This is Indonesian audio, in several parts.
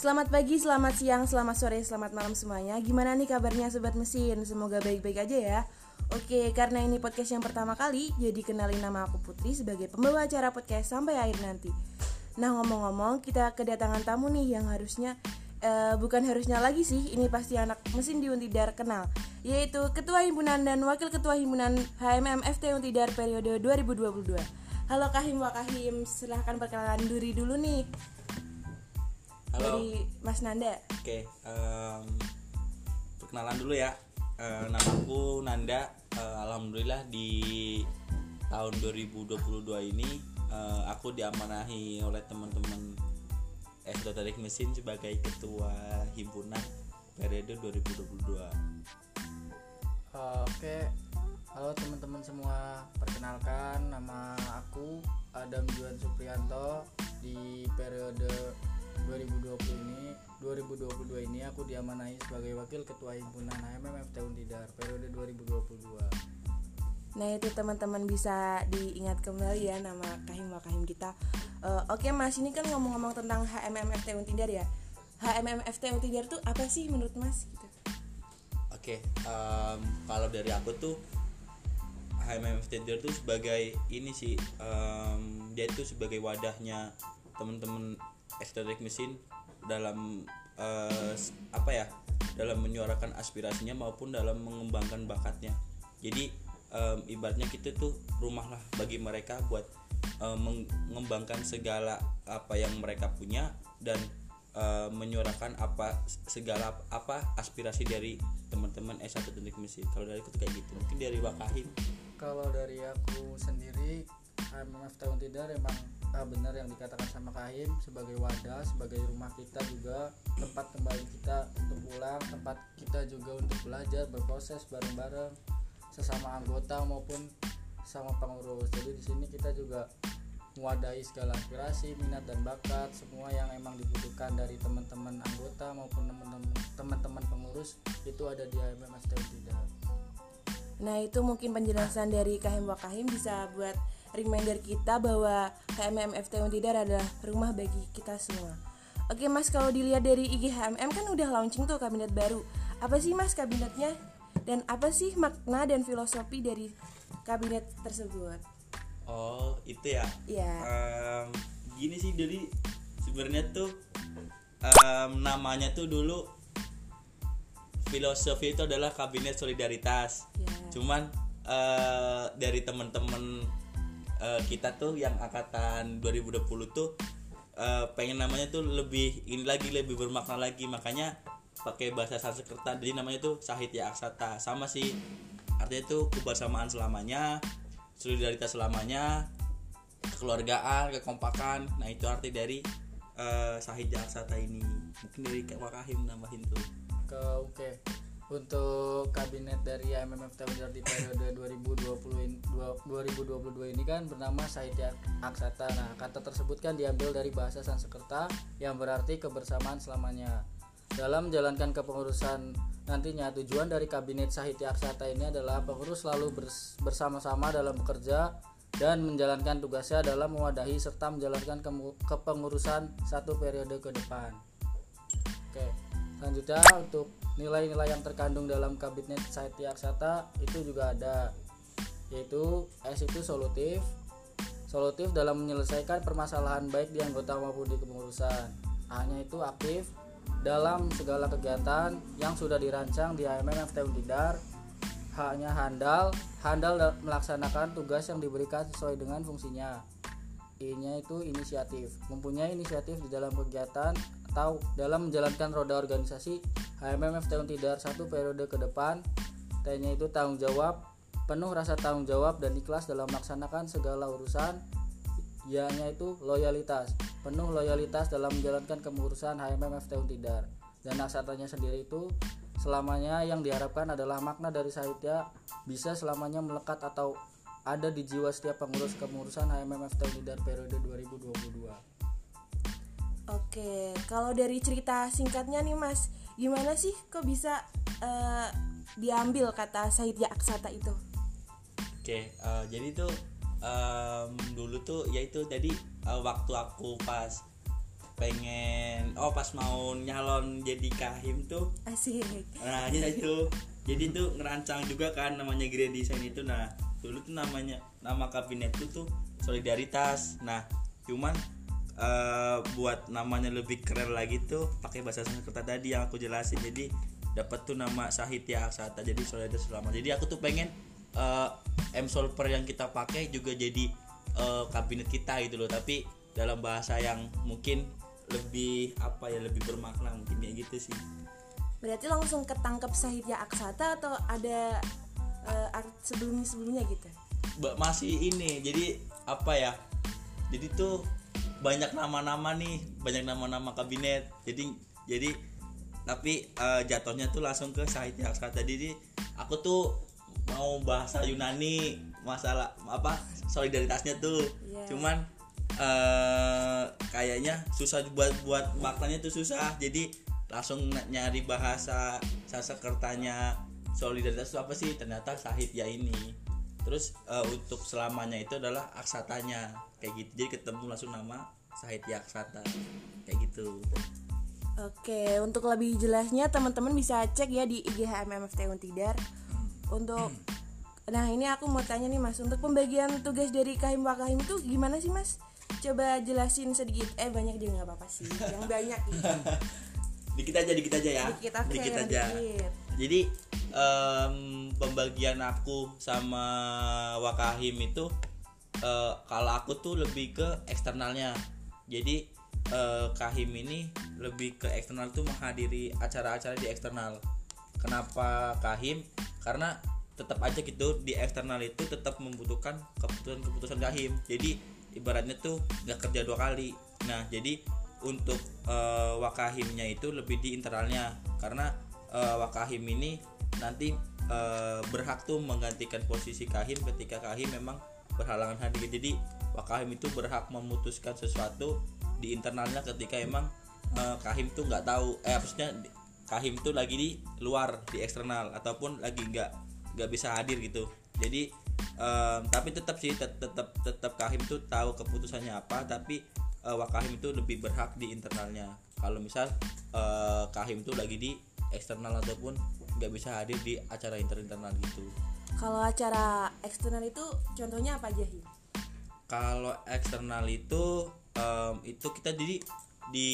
Selamat pagi, selamat siang, selamat sore, selamat malam semuanya. Gimana nih kabarnya Sobat Mesin? Semoga baik-baik aja ya. Oke, karena ini podcast yang pertama kali, jadi kenalin nama aku Putri sebagai pembawa acara podcast sampai akhir nanti. Nah, ngomong-ngomong, kita kedatangan tamu nih yang bukan harusnya lagi sih, ini pasti anak mesin di Untidar kenal, yaitu Ketua Himpunan dan Wakil Ketua Himpunan HMMFT Untidar periode 2022. Halo Kahim Wakahim, silahkan perkenalan diri dulu nih. Halo. Dari Mas Nanda. Oke, perkenalan dulu ya. Namaku Nanda. Alhamdulillah di tahun 2022 ini aku diamanahi oleh teman-teman Esoterik Mesin sebagai Ketua Himpunan periode 2022. Oke, halo teman-teman semua. Perkenalkan, nama aku Adam Juan Suprianto. Di periode 2022 ini aku diamanahi sebagai Wakil Ketua Himpunan HMMFT Untidar periode 2022. Nah itu teman-teman bisa diingat kembali ya nama Kahim Wakahim kita. Oke Mas, ini kan ngomong-ngomong tentang HMMFT Untidar ya. HMMFT Untidar tuh apa sih menurut Mas? Gitu. Oke, kalau dari aku tuh HMMFT Untidar tuh sebagai ini sih, dia itu sebagai wadahnya teman-teman Esoterik Mesin dalam dalam menyuarakan aspirasinya maupun dalam mengembangkan bakatnya. Jadi ibaratnya kita tuh rumah lah bagi mereka buat mengembangkan segala apa yang mereka punya dan menyuarakan segala aspirasi dari teman-teman Esoterik Mesin. Kalau dari aku tuh kayak gitu. Mungkin dari Wakahim. Kalau dari aku sendiri, HMMFT Untidar emang benar yang dikatakan sama Kahim, sebagai wadah, sebagai rumah kita juga, tempat kembali kita untuk pulang, tempat kita juga untuk belajar, berproses bareng-bareng sesama anggota maupun sama pengurus. Jadi di sini kita juga mewadahi segala aspirasi, minat dan bakat semua yang emang dibutuhkan dari teman-teman anggota maupun teman-teman pengurus itu ada di HMMFT Untidar. Nah itu mungkin penjelasan dari Kahim Wakahim bisa buat reminder kita bahwa HMMFT Untidar adalah rumah bagi kita semua. Oke Mas, kalau dilihat dari IG HMM kan udah launching tuh kabinet baru. Apa sih Mas kabinetnya? Dan apa sih makna dan filosofi dari kabinet tersebut? Oh itu ya. Iya. Gini sih, jadi sebenarnya tuh namanya tuh dulu filosofi itu adalah kabinet solidaritas. Ya. Cuman dari teman-teman kita tuh yang angkatan 2020 tuh pengen namanya tuh lebih bermakna lagi, makanya pakai bahasa Sanskerta. Jadi namanya tuh Sahitya Aksata. Sama sih artinya tuh kebersamaan selamanya, solidaritas selamanya, kekeluargaan, kekompakan. Nah itu arti dari Sahitya Aksata ini. Mungkin dari Wakahim nambahin tuh. Oke. Untuk kabinet dari HMMFT Untidar di periode 2022 ini kan bernama Sahitya Aksata. Nah, kata tersebut kan diambil dari bahasa Sanskerta yang berarti kebersamaan selamanya. Dalam menjalankan kepengurusan nantinya, tujuan dari kabinet Sahitya Aksata ini adalah pengurus selalu bersama-sama dalam bekerja dan menjalankan tugasnya dalam mewadahi serta menjalankan kepengurusan satu periode ke depan. Oke, selanjutnya untuk nilai-nilai yang terkandung dalam kabinet Sahitya Aksata itu juga ada, yaitu S itu solutif dalam menyelesaikan permasalahan baik di anggota maupun di kepengurusan. A-nya itu aktif dalam segala kegiatan yang sudah dirancang di HMMFT Untidar. H-nya handal melaksanakan tugas yang diberikan sesuai dengan fungsinya. I-nya itu inisiatif, mempunyai inisiatif di dalam kegiatan atau dalam menjalankan roda organisasi HMMFT Untidar satu periode ke depan. T-nya itu tanggung jawab, penuh rasa tanggung jawab dan ikhlas dalam melaksanakan segala urusan. Y-nya itu loyalitas, penuh loyalitas dalam menjalankan kepengurusan HMMFT Untidar. Dan aksatanya sendiri itu selamanya yang diharapkan adalah makna dari Sahitya bisa selamanya melekat atau ada di jiwa setiap pengurus kepengurusan HMMFT Untidar periode 2022. Oke, kalau dari cerita singkatnya nih Mas, gimana sih kok bisa diambil kata Sahitya Aksata itu? Oke, jadi tuh dulu tuh yaitu tadi waktu aku pas pengen pas mau nyalon jadi kahim tuh. Asik. Nah jadi tuh ngerancang juga kan namanya Grand Design itu. Nah dulu tuh nama kabinet tuh Solidaritas. Nah cuman buat namanya lebih keren lagi tuh pakai bahasa Sanskerta tadi yang aku jelasin. Jadi dapat tuh nama Sahitya Aksata, jadi Solidaritas Selama. Jadi aku tuh pengen M-Solper yang kita pakai juga jadi kabinet kita gitu loh, tapi dalam bahasa yang mungkin lebih lebih bermakna, mungkin kayak gitu sih. Berarti langsung ketangkep Sahitya Aksata atau ada sebelumnya gitu? Masih ini, jadi jadi tuh banyak nama-nama kabinet. Jadi tapi jatuhnya tuh langsung ke Sahitya Aksata. Jadi aku tuh mau bahasa Yunani masalah solidaritasnya tuh. Yeah. Cuman kayaknya susah buat maknanya tuh susah. Jadi langsung nyari bahasa Sanskertanya solidaritas itu apa sih? Ternyata Sahitya ini. Terus untuk selamanya itu adalah aksatanya kayak gitu. Jadi ketemu langsung nama Sahitya Aksata kayak gitu. Oke, untuk lebih jelasnya teman-teman bisa cek ya di IG HMMFT Untidar. Nah ini aku mau tanya nih Mas, untuk pembagian tugas dari Kahim Wakahim itu gimana sih Mas? Coba jelasin sedikit. Banyak juga nggak apa-apa sih, yang banyak gitu. Dikit aja ya. Dikit aja. Jadi pembagian aku sama Wakahim itu kalau aku tuh lebih ke eksternalnya. Jadi Kahim ini lebih ke eksternal tuh menghadiri acara-acara di eksternal. Kenapa Kahim? Karena tetap aja gitu di eksternal itu tetap membutuhkan keputusan Kahim. Jadi ibaratnya tuh nggak kerja 2 kali. Nah jadi untuk Wakahimnya itu lebih di internalnya, karena Wakahim ini nanti berhak tuh menggantikan posisi Kahim ketika Kahim memang berhalangan hadir. Jadi Wakahim itu berhak memutuskan sesuatu di internalnya ketika emang Kahim tuh nggak tahu, maksudnya Kahim tuh lagi di luar di eksternal ataupun lagi nggak bisa hadir gitu. Jadi tapi tetap Kahim tuh tahu keputusannya apa, tapi Wakahim itu lebih berhak di internalnya. Kalau misal Kahim tuh lagi di eksternal ataupun nggak bisa hadir di acara internal gitu. Kalau acara eksternal itu contohnya apa aja sih? Kalau eksternal itu kita di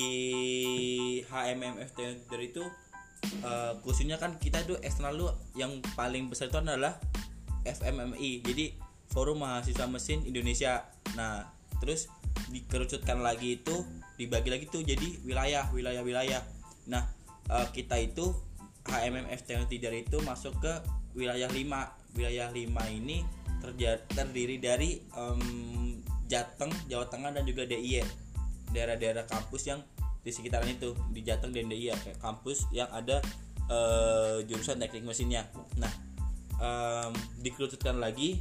HMMFT dari itu khususnya kan kita tuh eksternal tuh yang paling besar itu adalah FMMI, jadi Forum Mahasiswa Mesin Indonesia. Nah terus dikerucutkan lagi itu, dibagi lagi tuh jadi wilayah. Nah kita itu HMMFT dari itu masuk ke wilayah 5. Wilayah 5 ini terdiri dari Jateng, Jawa Tengah dan juga DIY, daerah-daerah kampus yang di sekitaran itu. Di Jateng dan DIY kayak kampus yang ada jurusan teknik mesinnya. Nah dikerucutkan lagi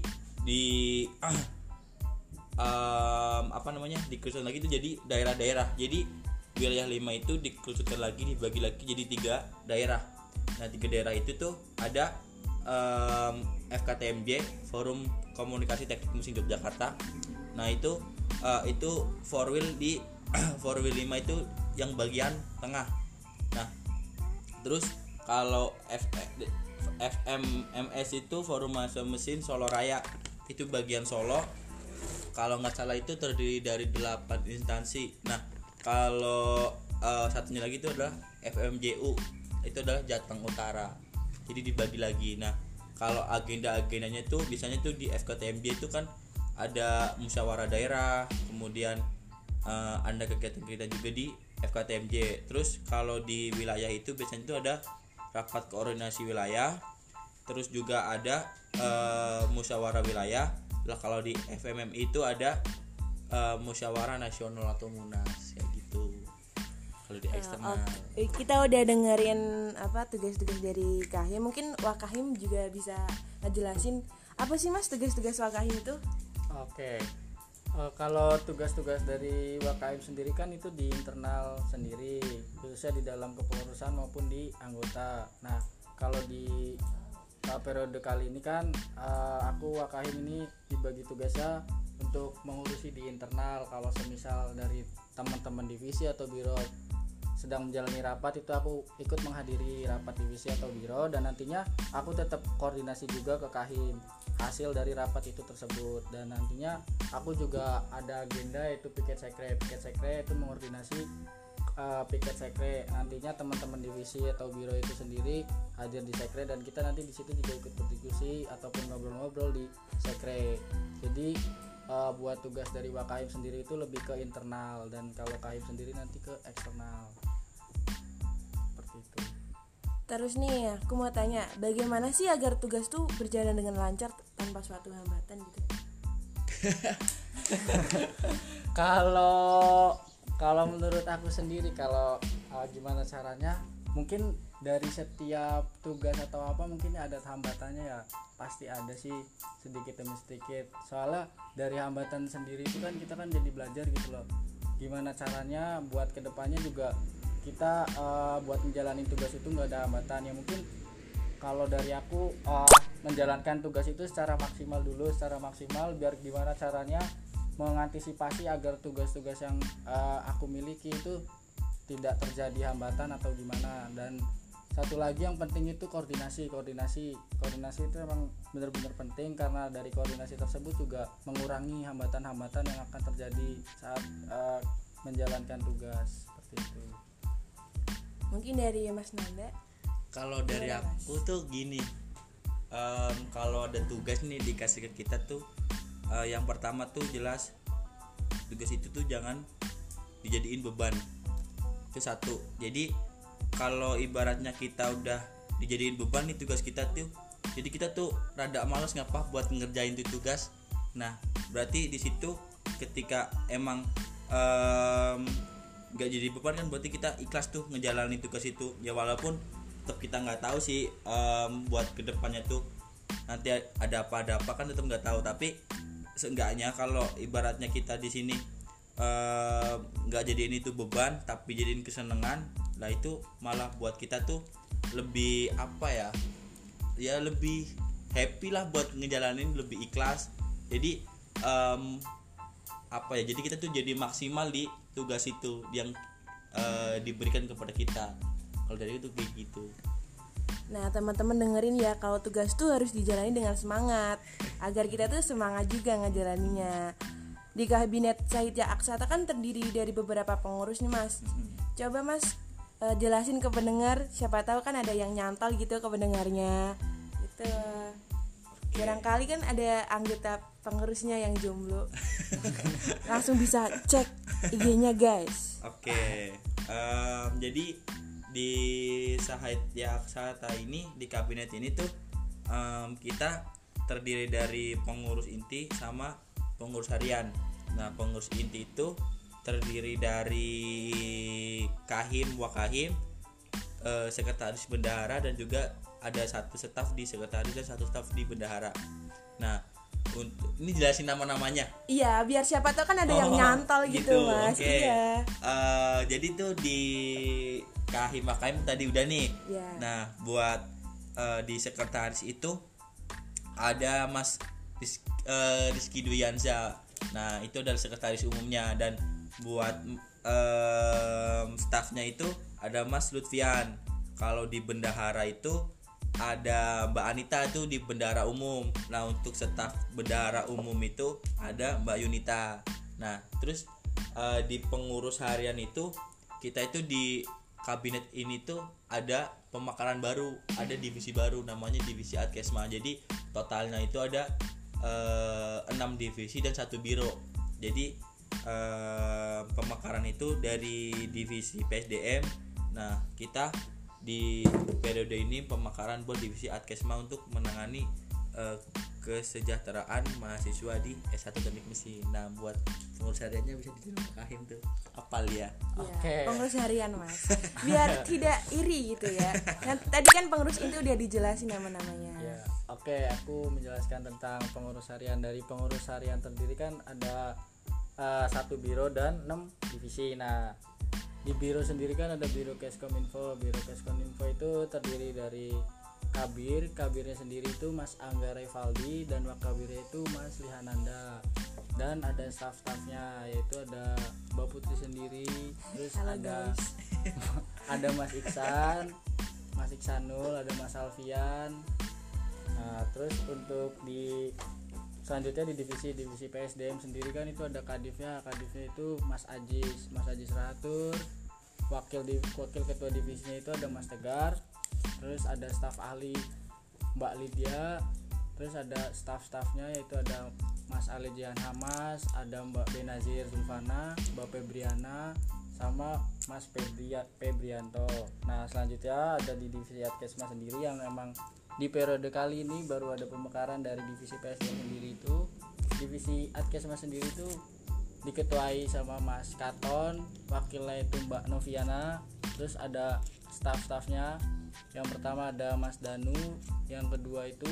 dikerucutkan lagi itu jadi daerah-daerah. Jadi wilayah 5 itu dikerucutkan lagi, dibagi lagi jadi 3 daerah. Nah 3 daerah itu tuh ada FKTMJ, Forum Komunikasi Teknik Mesin Yogyakarta. Nah itu four wheel 5 itu yang bagian tengah. Nah terus kalau FMMS itu Forum Mahasiswa Mesin Solo Raya, itu bagian Solo. Kalau nggak salah itu terdiri dari 8 instansi. Nah kalau satunya lagi itu adalah FMJU, itu adalah Jateng Utara. Jadi dibagi lagi. Nah kalau agendanya tuh biasanya tuh di FKTMJ itu kan ada musyawarah daerah, kemudian ada kegiatan juga di FKTMJ. Terus kalau di wilayah itu biasanya itu ada rapat koordinasi wilayah, terus juga ada musyawarah wilayah. Lah kalau di FMMI itu ada musyawarah nasional atau munas kayak gitu. Kalau di eksternal. Kita udah dengerin tugas-tugas dari Kahim. Mungkin Wakahim juga bisa ngejelasin apa sih Mas tugas-tugas Wakahim itu? Oke. Kalau tugas-tugas dari Wakahim sendiri kan itu di internal sendiri, khususnya di dalam kepengurusan maupun di anggota. Nah, kalau di periode kali ini kan aku Wakahim ini dibagi tugasnya untuk mengurusi di internal. Kalau semisal dari teman-teman divisi atau biro sedang menjalani rapat, itu aku ikut menghadiri rapat divisi atau biro, dan nantinya aku tetap koordinasi juga ke Kahim hasil dari rapat itu tersebut. Dan nantinya aku juga ada agenda yaitu piket sekre itu mengkoordinasi piket sekre. Nantinya teman-teman divisi atau biro itu sendiri hadir di sekre, dan kita nanti di situ juga ikut berdiskusi ataupun ngobrol-ngobrol di sekre. Jadi buat tugas dari Wakahim sendiri itu lebih ke internal, dan kalau Kahim sendiri nanti ke eksternal. Seperti itu. Terus nih, aku mau tanya, bagaimana sih agar tugas tuh berjalan dengan lancar tanpa suatu hambatan gitu? Kalau menurut aku sendiri, kalau gimana caranya, mungkin dari setiap tugas atau apa mungkin ada hambatannya ya, pasti ada sih sedikit demi sedikit. Soalnya dari hambatan sendiri itu kan kita kan jadi belajar gitu loh, gimana caranya buat kedepannya juga kita buat menjalani tugas itu nggak ada hambatan. Ya mungkin kalau dari aku menjalankan tugas itu secara maksimal biar gimana caranya mengantisipasi agar tugas-tugas yang aku miliki itu tidak terjadi hambatan atau gimana. Dan satu lagi yang penting itu koordinasi itu memang benar-benar penting, karena dari koordinasi tersebut juga mengurangi hambatan-hambatan yang akan terjadi saat menjalankan tugas. Seperti itu. Mungkin dari Mas Nanda. Kalau dari aku tuh gini, kalau ada tugas nih dikasih ke kita tuh, yang pertama tuh jelas tugas itu tuh jangan dijadiin beban. Itu satu. Jadi kalau ibaratnya kita udah dijadiin beban nih tugas kita tuh, jadi kita tuh rada malas ngapa buat ngerjain tuh tugas. Nah berarti di situ ketika emang nggak jadi beban kan berarti kita ikhlas tuh ngejalanin tugas itu. Ya walaupun tetap kita nggak tahu sih buat kedepannya tuh nanti ada apa kan tetap nggak tahu, tapi seenggaknya kalau ibaratnya kita di sini nggak jadiin itu beban tapi jadiin kesenangan, lah itu malah buat kita tuh lebih apa ya lebih happy lah buat ngejalanin, lebih ikhlas. Jadi jadi kita tuh jadi maksimal di tugas itu yang diberikan kepada kita. Kalau dari itu kayak gitu. Nah teman-teman dengerin ya, kalau tugas tuh harus dijalani dengan semangat agar kita tuh semangat juga ngejalaninnya. Di Kabinet Sahitya Aksata kan terdiri dari beberapa pengurus nih Mas. Coba Mas jelasin ke pendengar, siapa tahu kan ada yang nyantol gitu ke pendengarnya gitu. Barangkali kan ada anggota pengurusnya yang jomblo. Langsung bisa cek IG-nya guys. Oke. Jadi di Sahitya Aksata ini, di kabinet ini tuh kita terdiri dari pengurus inti sama pengurus harian. Nah pengurus inti itu terdiri dari Kahim, Wakahim, sekretaris bendahara, dan juga ada satu staf di sekretaris dan satu staf di bendahara. Nah untuk ini jelasin nama-namanya. Iya, biar siapa tahu kan ada yang nyantol gitu Mas. Okay. Iya. Jadi tuh di Kahim Wakahim tadi udah nih. Yeah. Nah buat di sekretaris itu ada Mas Rizky Duyanza. Nah itu adalah sekretaris umumnya, dan buat stafnya itu ada Mas Lutfian. Kalau di bendahara itu ada Mbak Anita itu di bendahara umum. Nah untuk staf bendahara umum itu ada Mbak Yunita. Nah terus di pengurus harian itu kita itu di kabinet ini tuh ada pemekaran baru, ada divisi baru namanya divisi Adkesma. Jadi totalnya itu ada 6 divisi dan 1 biro. Jadi pemekaran itu dari divisi PSDM. Nah kita di periode ini pemekaran buat divisi Adkesma untuk menangani kesejahteraan mahasiswa di S1 Teknik Mesin. Nah buat pengurus hariannya bisa ditiru Kahim tuh apal ya. Oke. Pengurus harian Mas, biar tidak iri gitu ya. Nah, tadi kan pengurus itu udah dijelasin nama-namanya. Ya, oke, aku menjelaskan tentang pengurus harian. Dari pengurus harian terdiri kan ada 1 biro dan 6 divisi. Nah di biro sendiri kan ada biro Keskominfo. Biro Keskominfo itu terdiri dari kabirnya sendiri itu Mas Angga Revaldi dan wakabirnya itu Mas Lihananda, dan ada staff-staffnya yaitu ada Mbak Putri sendiri, terus Halo, ada guys. ada Mas Iksan, Mas Iksanul, ada Mas Alfian. Nah, terus untuk di selanjutnya di divisi PSDM sendiri kan itu ada kadifnya itu Mas Ajis Rahatur, wakil ketua divisinya itu ada Mas Tegar, terus ada staf ahli Mbak Lydia, terus ada staf-stafnya yaitu ada Mas Ali Jihan Hamas, ada Mbak Benazir Zulfana, Mbak Febriana, sama Mas Febrianto. Nah selanjutnya ada di divisi Adkesma sendiri yang memang di periode kali ini baru ada pemekaran dari divisi PSDM sendiri itu. Divisi Adkesma sendiri itu diketuai sama Mas Katon, wakilnya itu Mbak Noviana, terus ada staf-stafnya. Yang pertama ada Mas Danu, yang kedua itu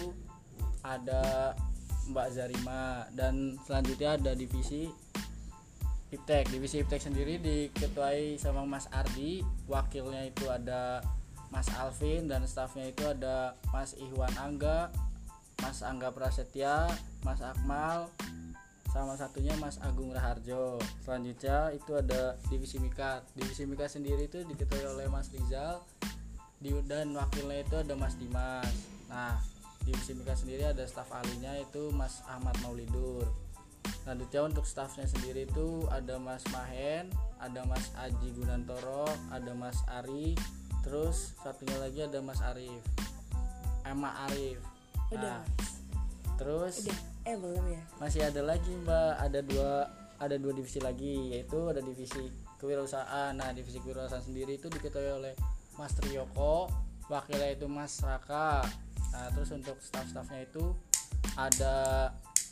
ada Mbak Zarima, dan selanjutnya ada divisi Iptek. Divisi Iptek sendiri diketuai sama Mas Ardi, wakilnya itu ada Mas Alvin, dan stafnya itu ada Mas Ihwan Angga, Mas Angga Prasetya, Mas Akmal, sama satunya Mas Agung Raharjo. Selanjutnya itu ada divisi Mikat. Divisi Mikat sendiri itu diketuai oleh Mas Rizal, dan wakilnya itu ada Mas Dimas. Nah divisi Mikat sendiri ada staf ahlinya itu Mas Ahmad Maulidur. Selanjutnya untuk stafnya sendiri itu ada Mas Mahen, ada Mas Aji Gunantoro, ada Mas Ari, terus satunya lagi ada Mas Arif, Emma Arif. Udah. Terus Udah. Belum ya. masih ada lagi Mbak, ada dua divisi lagi, yaitu ada divisi kewirausahaan. Nah divisi kewirausahaan sendiri itu diketuai oleh Mas Triyoko, wakilnya itu Mas Raka. Nah terus untuk staff-staffnya itu ada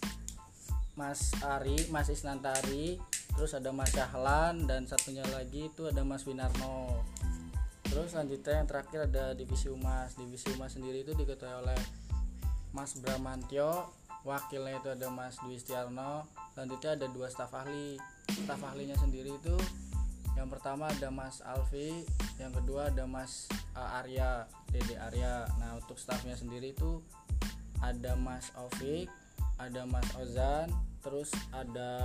Mas Ari, Mas Isnantari, terus ada Mas Syahlan, dan satunya lagi itu ada Mas Winarno. Terus selanjutnya yang terakhir ada divisi Humas. Divisi Humas sendiri itu diketuai oleh Mas Bramantyo, wakilnya itu ada Mas Dwi Setiarno. Selanjutnya ada dua staf ahli. Staf ahlinya sendiri itu yang pertama ada Mas Alfi, yang kedua ada Mas Arya, Dede Arya. Nah untuk stafnya sendiri itu ada Mas Ovik, ada Mas Ozan, terus ada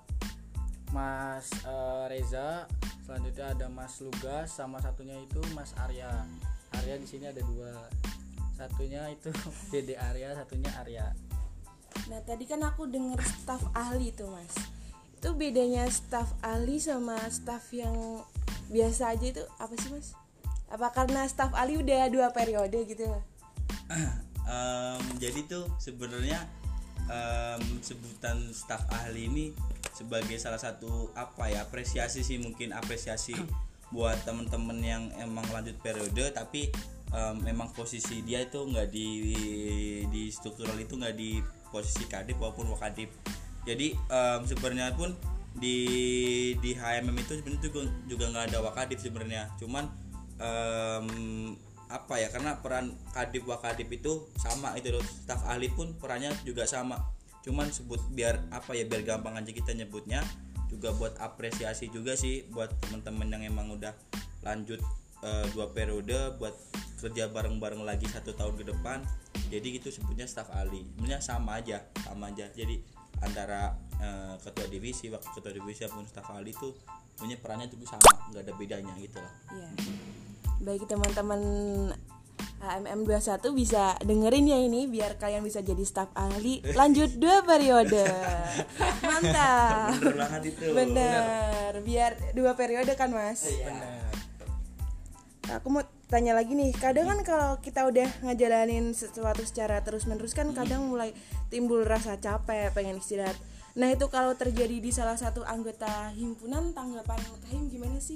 Mas Reza, selanjutnya ada Mas Lugas, sama satunya itu Mas Arya. Arya di sini ada dua, satunya itu Dede Arya, satunya Arya. Nah tadi kan aku denger staf ahli tuh Mas. Itu bedanya staf ahli sama staf yang biasa aja itu apa sih Mas? Apa karena staf ahli udah 2 periode gitu? Jadi tuh sebenarnya sebutan staf ahli ini sebagai salah satu apresiasi sih, mungkin apresiasi buat temen-temen yang emang lanjut periode tapi memang posisi dia itu nggak di struktural, itu nggak di posisi kadip maupun wakadip. Jadi sebenarnya pun di HMM itu sebenarnya juga nggak ada wakadip sebenarnya, cuman karena peran kadip wakadip itu sama itu loh. Staf ahli pun perannya juga sama, cuman biar gampang aja kita nyebutnya, juga buat apresiasi juga sih buat teman-teman yang emang udah lanjut 2 periode buat kerja bareng-bareng lagi 1 tahun ke depan. Jadi gitu sebutnya staf ahli. Sebenarnya sama aja. Jadi antara ketua divisi, wakil ketua divisi maupun staf ahli itu punya perannya juga sama, nggak ada bedanya gitu lah. Iya. Baik teman-teman HMM 21 bisa dengerin ya ini biar kalian bisa jadi staf ahli lanjut 2 periode. Mantap. Bener banget itu. Bener. Biar 2 periode kan Mas. Benar. Aku mau tanya lagi nih, kadang kan kalau kita udah ngejalanin sesuatu secara terus-menerus kan kadang mulai timbul rasa capek, pengen istirahat. Nah itu kalau terjadi di salah satu anggota himpunan, tanggapan Kahim gimana sih?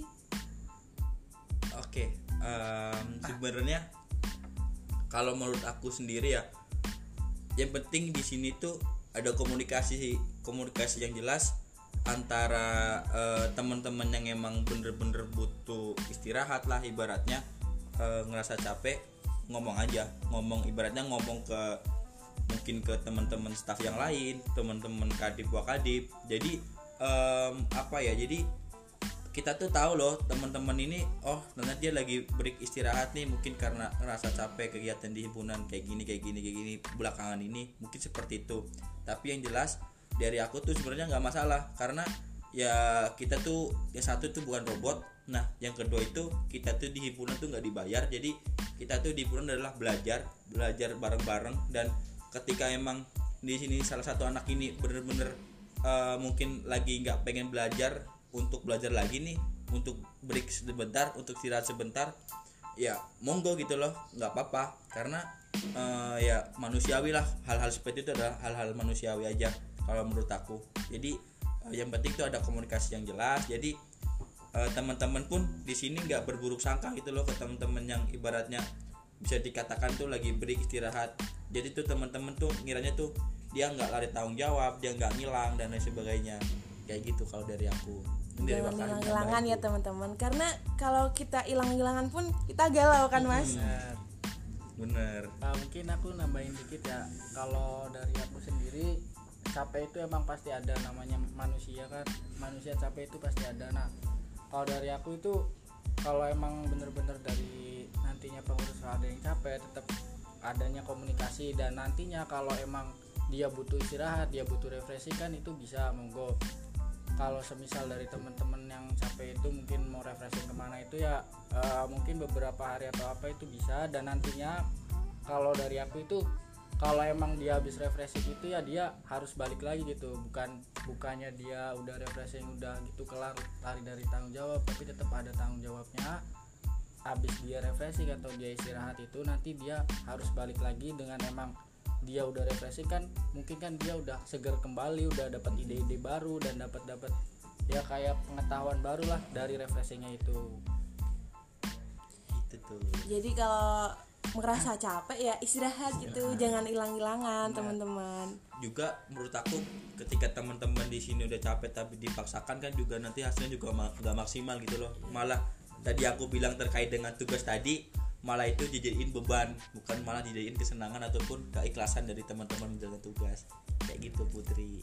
Oke, sebenarnya kalau menurut aku sendiri ya, yang penting di sini tuh ada komunikasi yang jelas antara teman-teman yang emang bener-bener butuh istirahat lah ibaratnya, ngerasa capek, ngomong ibaratnya ngomong ke mungkin ke teman-teman staf yang lain, teman-teman kadip wakadip. Jadi jadi kita tuh tahu loh teman-teman ini, oh ternyata dia lagi break istirahat nih, mungkin karena ngerasa capek kegiatan di himpunan kayak gini belakangan ini, mungkin seperti itu. Tapi yang jelas dari aku tuh sebenarnya nggak masalah, karena ya kita tuh yang satu tuh bukan robot. Nah yang kedua itu kita tuh di himpunan tuh nggak dibayar, jadi kita tuh di himpunan adalah belajar bareng-bareng. Dan ketika emang di sini salah satu anak ini bener-bener mungkin lagi nggak pengen belajar lagi nih, untuk break sebentar, untuk istirahat sebentar, ya monggo gitu loh, nggak apa-apa. Karena ya manusiawi lah, hal-hal seperti itu adalah hal-hal manusiawi aja kalau menurut aku. Jadi yang penting itu ada komunikasi yang jelas. Jadi teman-teman pun di sini nggak berburuk sangka gitu loh ke teman-teman yang ibaratnya bisa dikatakan tuh lagi break istirahat. Jadi tuh teman-teman tuh ngiranya tuh dia nggak lari tanggung jawab, dia nggak ngilang dan lain sebagainya, kayak gitu kalau dari aku. Jangan hilang-hilangan ya teman-teman, karena kalau kita hilang-hilangan pun kita galau kan Mas. Bener. Mungkin aku nambahin dikit ya, kalau dari aku sendiri capek itu emang pasti ada, namanya manusia kan, manusia capek itu pasti ada. Nah kalau dari aku itu, kalau emang bener-bener dari nantinya pengurus ada yang capek, tetap adanya komunikasi. Dan nantinya kalau emang dia butuh istirahat, dia butuh refreshing kan, itu bisa monggo. Kalau semisal dari teman-teman yang capek itu mungkin mau refreshing kemana itu ya mungkin beberapa hari atau apa itu bisa. Dan nantinya kalau dari aku itu, kalau emang dia habis refreshing itu ya dia harus balik lagi gitu, bukannya dia udah refreshing udah gitu kelar lari dari tanggung jawab, tapi tetap ada tanggung jawabnya. Habis dia refreshing atau dia istirahat itu nanti dia harus balik lagi dengan emang dia udah refreshing kan, mungkin kan dia udah seger kembali, udah dapat ide-ide baru dan dapat ya kayak pengetahuan baru lah dari refreshingnya itu. Itu tuh. Jadi kalau merasa capek ya istirahat gitu, jangan hilang-hilangan teman-teman. Juga menurut aku ketika teman-teman di sini udah capek tapi dipaksakan kan juga nanti hasilnya juga nggak maksimal gitu loh. Malah tadi aku bilang terkait dengan tugas tadi, malah itu dijadiin beban, bukan malah dijadiin kesenangan ataupun keikhlasan dari teman-teman menjalankan tugas, kayak gitu Putri.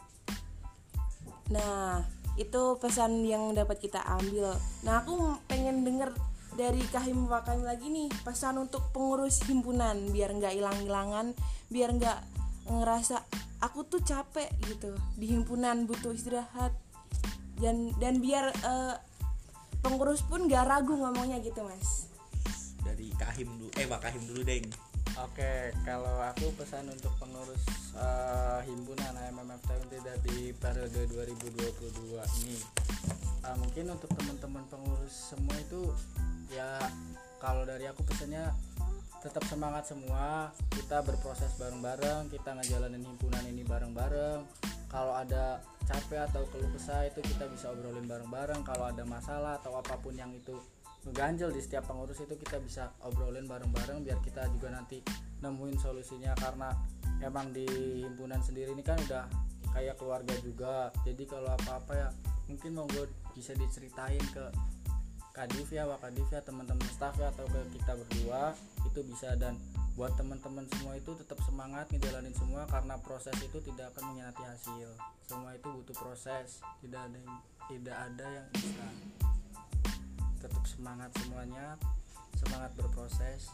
Nah itu pesan yang dapat kita ambil. Nah aku pengen denger dari Kahim Wakaim lagi nih, pesan untuk pengurus himpunan biar nggak hilang-hilangan, biar nggak ngerasa aku tuh capek gitu di himpunan, butuh istirahat, dan biar pengurus pun nggak ragu ngomongnya gitu Mas. Dari Kahim dulu, Wakahim dulu deng. Oke, kalau aku pesan untuk pengurus himpunan HMMF United di periode 2022 ini, mungkin untuk teman-teman pengurus semua itu ya, kalau dari aku pesannya tetap semangat semua, kita berproses bareng-bareng, kita ngejalanin himpunan ini bareng-bareng. Kalau ada capek atau keluh kesah itu kita bisa obrolin bareng-bareng. Kalau ada masalah atau apapun yang itu ngeganjel di setiap pengurus itu kita bisa obrolin bareng-bareng biar kita juga nanti nemuin solusinya. Karena emang di himpunan sendiri ini kan udah kayak keluarga juga, jadi kalau apa-apa ya mungkin monggo bisa diceritain ke Kadif ya, Wakadif ya, teman-teman staff ya, atau ke kita berdua itu bisa. Dan buat teman-teman semua itu tetap semangat ngejalanin semua, karena proses itu tidak akan mengkhianati hasil. Semua itu butuh proses, tidak ada yang instan. Tetap semangat semuanya, semangat berproses.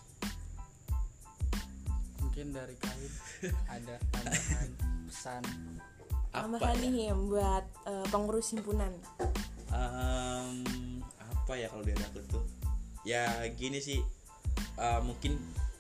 Mungkin dari Kahim ada tambahan pesan tambahan nih buat pengurus himpunan. Apa ya kalau dari aku tuh ya gini sih, mungkin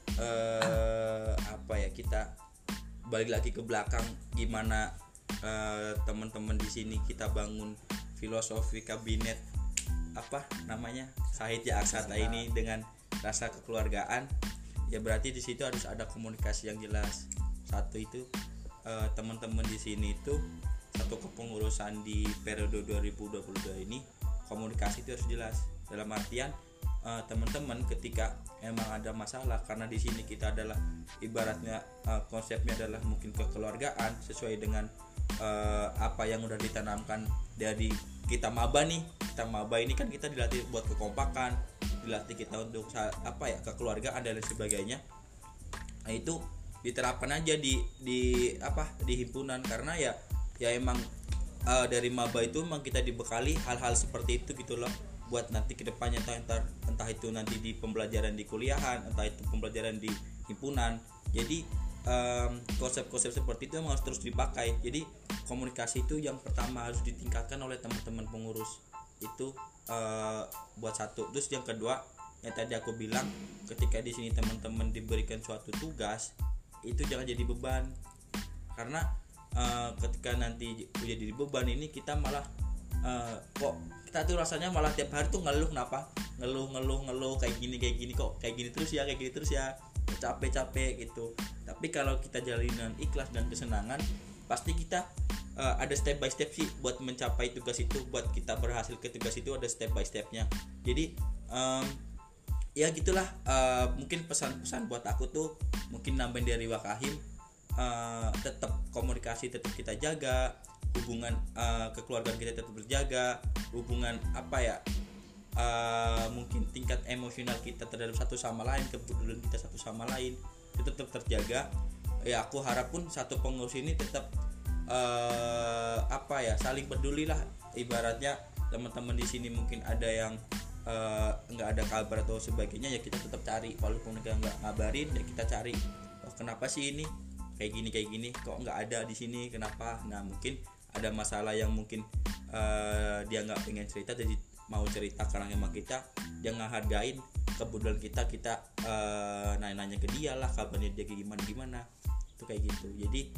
apa ya, kita balik lagi ke belakang gimana teman-teman di sini kita bangun filosofi kabinet apa namanya Sahitya Aksata ini dengan rasa kekeluargaan. Ya berarti di situ harus ada komunikasi yang jelas. Satu itu teman-teman di sini itu satu kepengurusan di periode 2022 ini komunikasi itu harus jelas. Dalam artian teman-teman ketika emang ada masalah, karena di sini kita adalah ibaratnya konsepnya adalah mungkin kekeluargaan sesuai dengan apa yang udah ditanamkan dari kita maba nih. Kita maba ini kan kita dilatih buat kekompakan, dilatih kita untuk apa ya, kekeluargaan dan lain sebagainya. Nah itu diterapkan aja di himpunan, karena ya emang dari maba itu emang kita dibekali hal-hal seperti itu gitu loh. buat nanti kedepannya, entah itu nanti di pembelajaran di kuliahan, entah itu pembelajaran di himpunan. Jadi konsep-konsep seperti itu memang harus terus dipakai. Jadi komunikasi itu yang pertama harus ditingkatkan oleh teman-teman pengurus itu, buat satu. Terus yang kedua, yang tadi aku bilang, ketika di sini teman-teman diberikan suatu tugas, itu jangan jadi beban. Karena ketika nanti jadi beban ini, kita malah kok kita tuh rasanya malah tiap hari tuh ngeluh. Kenapa ngeluh kayak gini kok kayak gini terus ya, capek gitu. Tapi kalau kita jalani dengan ikhlas dan kesenangan, pasti kita ada step by step sih buat mencapai tugas itu. Buat kita berhasil ke tugas itu ada step by stepnya. Jadi ya gitulah. Mungkin pesan-pesan buat aku tuh mungkin nambahin dari Wakahim, tetap komunikasi tetap kita jaga, hubungan kekeluargaan kita tetap berjaga, hubungan mungkin tingkat emosional kita terhadap satu sama lain, kepedulian kita satu sama lain itu tetap terjaga. Ya aku harap pun satu pengurus ini tetap saling peduli lah. Ibaratnya teman-teman di sini mungkin ada yang nggak ada kabar atau sebagainya, ya kita tetap cari. Walaupun mereka nggak ngabarin, ya kita cari, oh kenapa sih ini kayak gini kok nggak ada di sini, kenapa. Nah mungkin ada masalah yang mungkin dia nggak pengen cerita, jadi mau cerita karena emang kita jangan hargain kebetulan kita nanya-nanya ke dia lah, kabarnya dia gimana itu kayak gitu. Jadi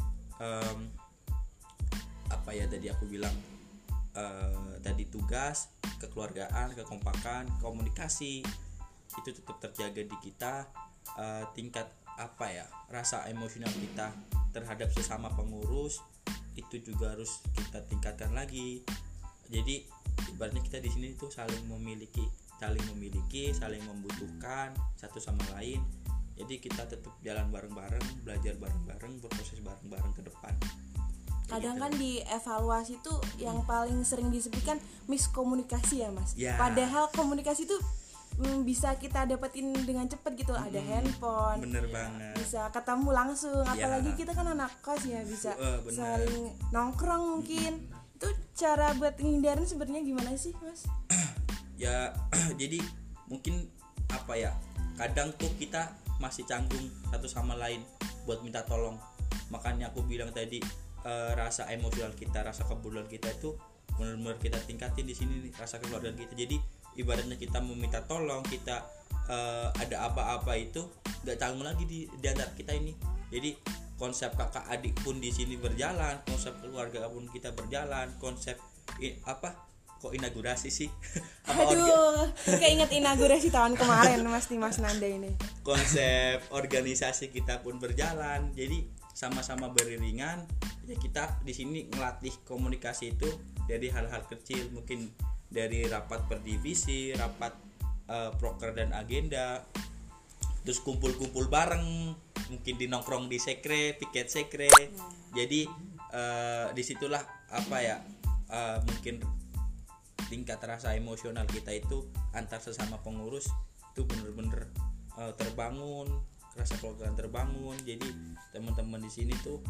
tadi aku bilang, tadi tugas, kekeluargaan, kekompakan, komunikasi itu tetap terjaga di kita. Tingkat rasa emosional kita terhadap sesama pengurus itu juga harus kita tingkatkan lagi. Jadi ibaratnya kita di sini tuh saling memiliki, saling membutuhkan satu sama lain. Jadi kita tetap jalan bareng-bareng, belajar bareng-bareng, berproses bareng-bareng ke depan. Kadang kan di evaluasi tuh yang paling sering disebutkan miskomunikasi ya Mas. Ya. Padahal komunikasi tuh bisa kita dapetin dengan cepat gitu. Ada handphone, bener banget, bisa ketemu langsung. Apalagi kita kan anak kos ya, bisa saling nongkrong mungkin. Itu cara buat ngindarin sebenarnya gimana sih Mas? Ya jadi mungkin kadang tuh kita masih canggung satu sama lain buat minta tolong. Makanya aku bilang tadi, rasa emosional kita, rasa kepedulian kita itu benar-benar kita tingkatin di sini nih, rasa kekeluargaan kita. Jadi ibaratnya kita meminta tolong, kita ada apa-apa itu nggak canggung lagi di antara kita ini. Jadi konsep kakak adik pun di sini berjalan, konsep keluarga pun kita berjalan, konsep kok inaugurasi sih? Aduh, keinget inaugurasi tahun kemarin Mas Nanda ini. Konsep organisasi kita pun berjalan. Jadi sama-sama beriringan. Ya kita di sini ngelatih komunikasi itu dari hal-hal kecil, mungkin dari rapat per divisi, rapat proker dan agenda, terus kumpul-kumpul bareng, mungkin di nongkrong di sekre, piket sekre. Jadi disitulah mungkin tingkat rasa emosional kita itu antar sesama pengurus itu bener-bener terbangun, rasa kekeluargaan terbangun. Jadi teman-teman di sini tuh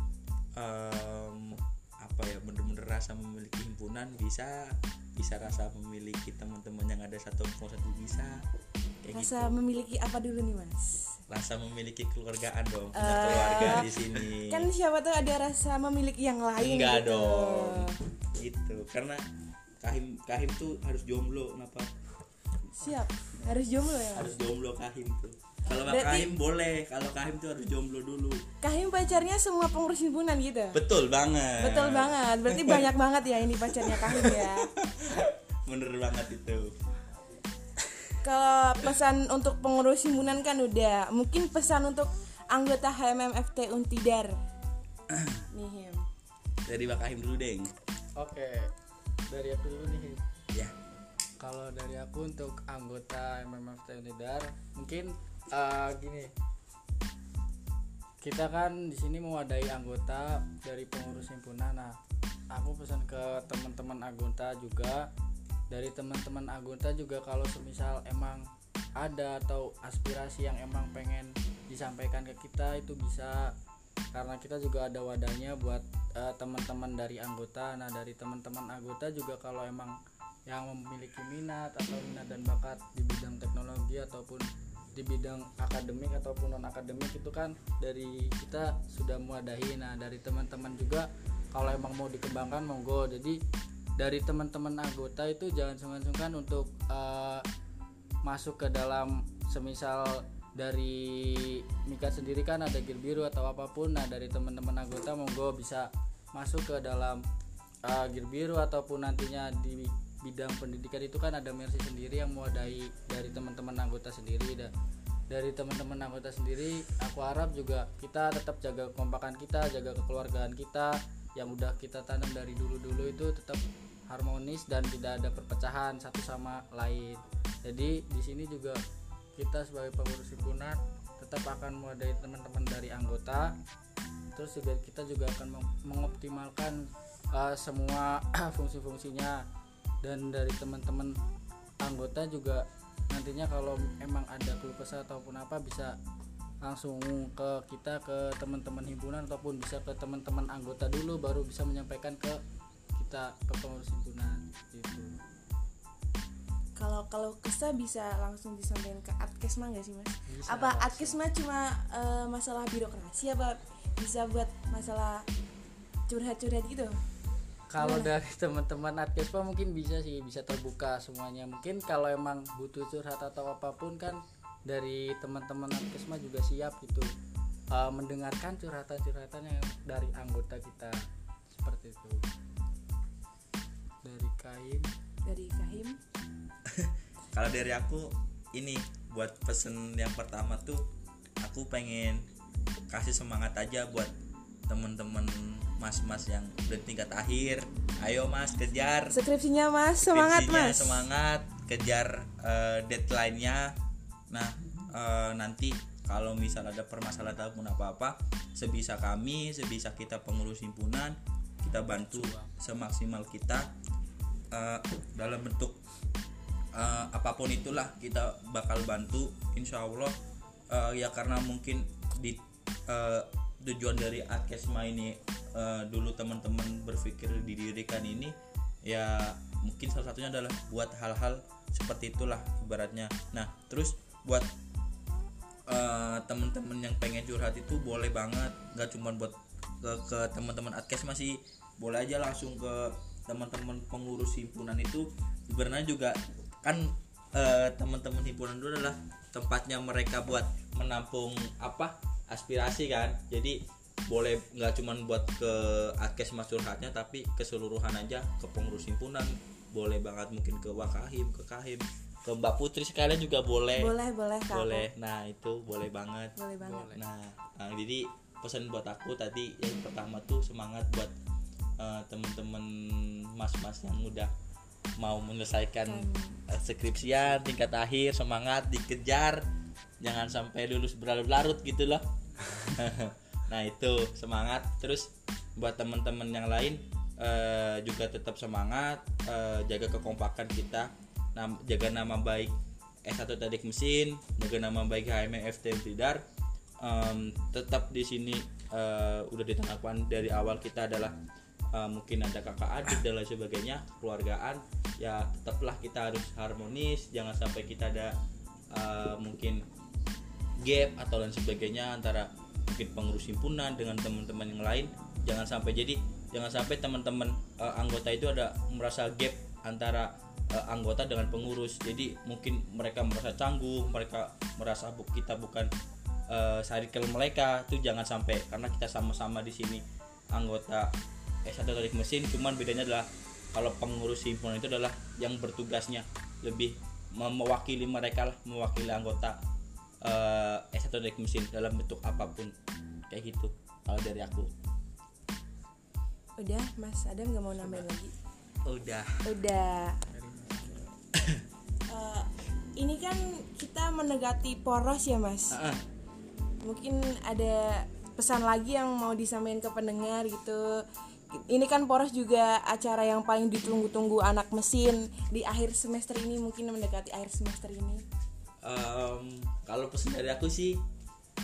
bener-bener rasa memiliki himpunan bisa rasa memiliki teman-teman yang ada satu bisa kayak rasa gitu. Memiliki apa dulu nih Mas? Rasa memiliki kekeluargaan dong, punya keluarga di sini. Kan siapa tuh ada rasa memiliki yang lain. Enggak gitu. dong. Gitu. Karena Kahim tuh harus jomblo, kenapa? Siap, harus jomblo ya. Harus jomblo Kahim tuh. Kalau nggak Kahim boleh, kalau Kahim tuh harus jomblo dulu. Kahim pacarnya semua pengurus himpunan gitu. Betul banget. Berarti banyak banget ya ini pacarnya Kahim ya. Bener banget itu. Kalau pesan untuk pengurus himpunan kan udah, mungkin pesan untuk anggota HMMFT Untidar. Nih Him. Dari Pak Kahim dulu, Deng. Oke. Dari aku dulu nih. Ya. Kalau dari aku untuk anggota HMMFT Untidar, mungkin gini. Kita kan di sini mewadahi anggota dari pengurus himpunan. Nah, aku pesan ke teman-teman anggota juga, dari teman-teman anggota juga, kalau semisal emang ada atau aspirasi yang emang pengen disampaikan ke kita itu bisa, karena kita juga ada wadahnya buat teman-teman dari anggota. Nah, dari teman-teman anggota juga kalau emang yang memiliki minat dan bakat di bidang teknologi ataupun di bidang akademik ataupun non akademik, itu kan dari kita sudah mewadahi. Nah dari teman-teman juga kalau emang mau dikembangkan monggo. Jadi dari teman-teman anggota itu jangan sungkan-sungkan untuk masuk ke dalam, semisal dari Mika sendiri kan ada gear biru atau apapun. Nah dari teman-teman anggota monggo bisa masuk ke dalam gear biru ataupun nantinya di bidang pendidikan itu kan ada mercy sendiri yang mewadahi dari teman-teman anggota sendiri. Dari teman-teman anggota sendiri aku harap juga kita tetap jaga kekompakan kita, jaga kekeluargaan kita yang udah kita tanam dari dulu-dulu itu tetap harmonis dan tidak ada perpecahan satu sama lain. Jadi di sini juga kita sebagai pengurus himpunan tetap akan mewadahi teman-teman dari anggota. Terus juga kita juga akan mengoptimalkan semua fungsi-fungsinya. Dan dari teman-teman anggota juga nantinya kalau emang ada keluh kesah ataupun apa bisa langsung ke kita, ke teman-teman himpunan, ataupun bisa ke teman-teman anggota dulu baru bisa menyampaikan ke kita, ke pengurus himpunan gitu. Kalau kesah bisa langsung disampaikan ke Adkesma nggak sih mas? Bisa Apa langsung. Adkesma cuma masalah birokrasi, apa bisa buat masalah curhat-curhat gitu? Kalau dari teman-teman Adkesma mungkin bisa sih, bisa terbuka semuanya. Mungkin kalau emang butuh curhat atau apapun kan dari teman-teman Adkesma juga siap gitu mendengarkan curhatan-curhatan yang dari anggota kita, seperti itu. Dari Kahim. Kalau dari aku ini buat pesen yang pertama tuh aku pengen kasih semangat aja buat temen-temen mas-mas yang udah tingkat akhir. Ayo mas, kejar Skripsinya mas, semangat skripsinya, mas. semangat kejar deadline-nya. Nah nanti kalau misal ada permasalahan ataupun apa-apa, sebisa kita pengurus himpunan, kita bantu semaksimal kita dalam bentuk apapun itulah, kita bakal bantu insya Allah. Ya karena mungkin di tujuan dari Adkesma ini dulu teman-teman berpikir didirikan ini ya mungkin salah satunya adalah buat hal-hal seperti itulah ibaratnya. Nah terus buat teman-teman yang pengen curhat itu boleh banget, nggak cuma buat ke teman-teman Adkesma sih, boleh aja langsung ke teman-teman pengurus himpunan. Itu sebenarnya juga kan teman-teman himpunan itu adalah tempatnya mereka buat menampung aspirasi kan. Jadi boleh nggak cuman buat ke Adkesma curhatnya, tapi keseluruhan aja ke pengurus himpunan boleh banget, mungkin ke Wakahim, ke Kahim, ke Mbak Putri sekalian juga boleh. Boleh Kak. Boleh. Nah itu boleh banget. Boleh banget. Nah jadi pesan buat aku tadi yang pertama tuh semangat buat teman-teman mas-mas yang udah mau menyelesaikan skripsian tingkat akhir, semangat dikejar, jangan sampai lulus berlarut-larut gitu loh. Nah itu semangat. Terus buat teman-teman yang lain juga tetap semangat, jaga kekompakan kita, jaga nama baik S1 Teknik Mesin, jaga nama baik HME FTM Tidar. Tetap di sini udah ditanamkan dari awal kita adalah mungkin ada kakak adik dan lain sebagainya, keluargaan ya, tetaplah kita harus harmonis, jangan sampai kita ada mungkin gap atau lain sebagainya antara mungkin pengurus himpunan dengan teman-teman yang lain. Jangan sampai teman-teman anggota itu ada merasa gap antara anggota dengan pengurus. Jadi mungkin mereka merasa canggung, mereka merasa kita bukan circle mereka. Itu jangan sampai, karena kita sama-sama di sini anggota S1 Teknik Mesin, cuman bedanya adalah kalau pengurus himpunan itu adalah yang bertugasnya lebih mewakili mereka lah, mewakili anggota S1 Teknik Mesin dalam bentuk apapun, kayak gitu kalau dari aku. Udah Mas Adam nggak mau nambahin lagi? Udah. Ini kan kita mendekati poros ya Mas. Mungkin ada pesan lagi yang mau disampaikan ke pendengar gitu. Ini kan poros juga acara yang paling ditunggu-tunggu anak mesin di akhir semester ini, mungkin mendekati akhir semester ini. Kalau pesan dari aku sih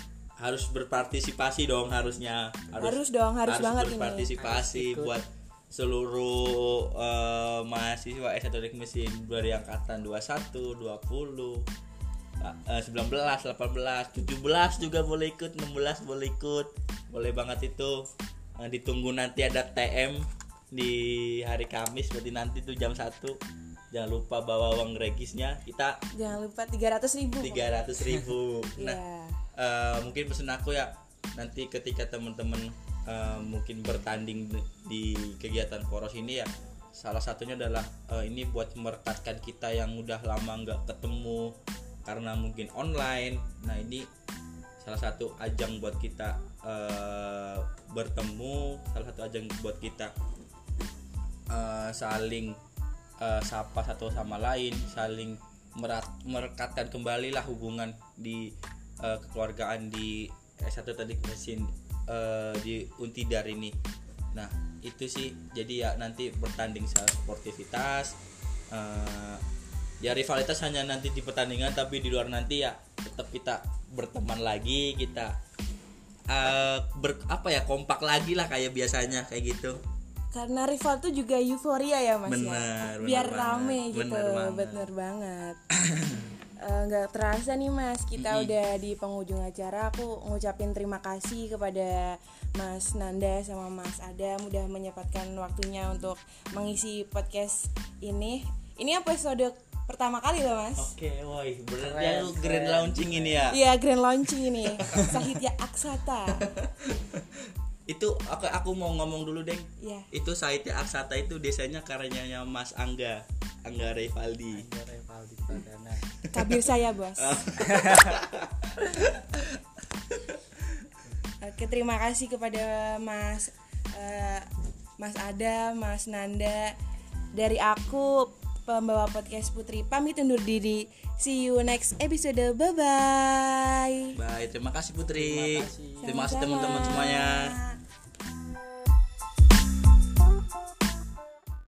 harus berpartisipasi dong, harus banget berpartisipasi buat seluruh mahasiswa S1 Teknik Mesin dari angkatan 21, 20, 19, 18, 17 juga boleh ikut, 16 boleh ikut. Boleh banget itu. Ditunggu nanti ada TM di hari Kamis, berarti nanti tuh jam 1. Jangan lupa bawa uang regisnya. Kita Jangan lupa 300.000. 300.000. Nah, Iya. mungkin pesan aku ya, nanti ketika teman-teman mungkin bertanding di kegiatan poros ini ya, salah satunya adalah ini buat merekatkan kita yang udah lama nggak ketemu karena mungkin online. Nah, ini salah satu ajang buat kita bertemu, salah satu ajang buat kita saling sapa satu sama lain, saling merekatkan kembali lah hubungan di kekeluargaan di S1 Teknik Mesin di Untidar ini. Nah, itu sih, jadi ya nanti bertanding secara sportivitas, ya rivalitas hanya nanti di pertandingan, tapi di luar nanti ya tetap kita berteman lagi, kita kompak lagi lah kayak biasanya kayak gitu. Karena rival tuh juga euforia ya Mas. Bener, ya. Biar bener rame banget, gitu. Bener banget. Nggak terasa nih Mas, kita udah di penghujung acara. Aku ngucapin terima kasih kepada Mas Nanda sama Mas Adam udah menyempatkan waktunya untuk mengisi podcast ini. Ini episode pertama kali loh Mas. Oke, woi, berarti aku grand launching ini ya. Iya, grand launching ini. Sahitya Aksata. Itu aku mau ngomong dulu, Deng. Iya. Itu Sahitya Aksata itu desainnya karyanya Mas Angga Rivaldi. Pradana. Kabir saya, Bos. Oke, terima kasih kepada Mas Adam, Mas Nanda. Dari aku, pembawa podcast Putri, pamit undur diri. See you next episode. Bye-bye. Bye, terima kasih Putri. Terima kasih. Terima kasih Sama-sama. teman-teman semuanya.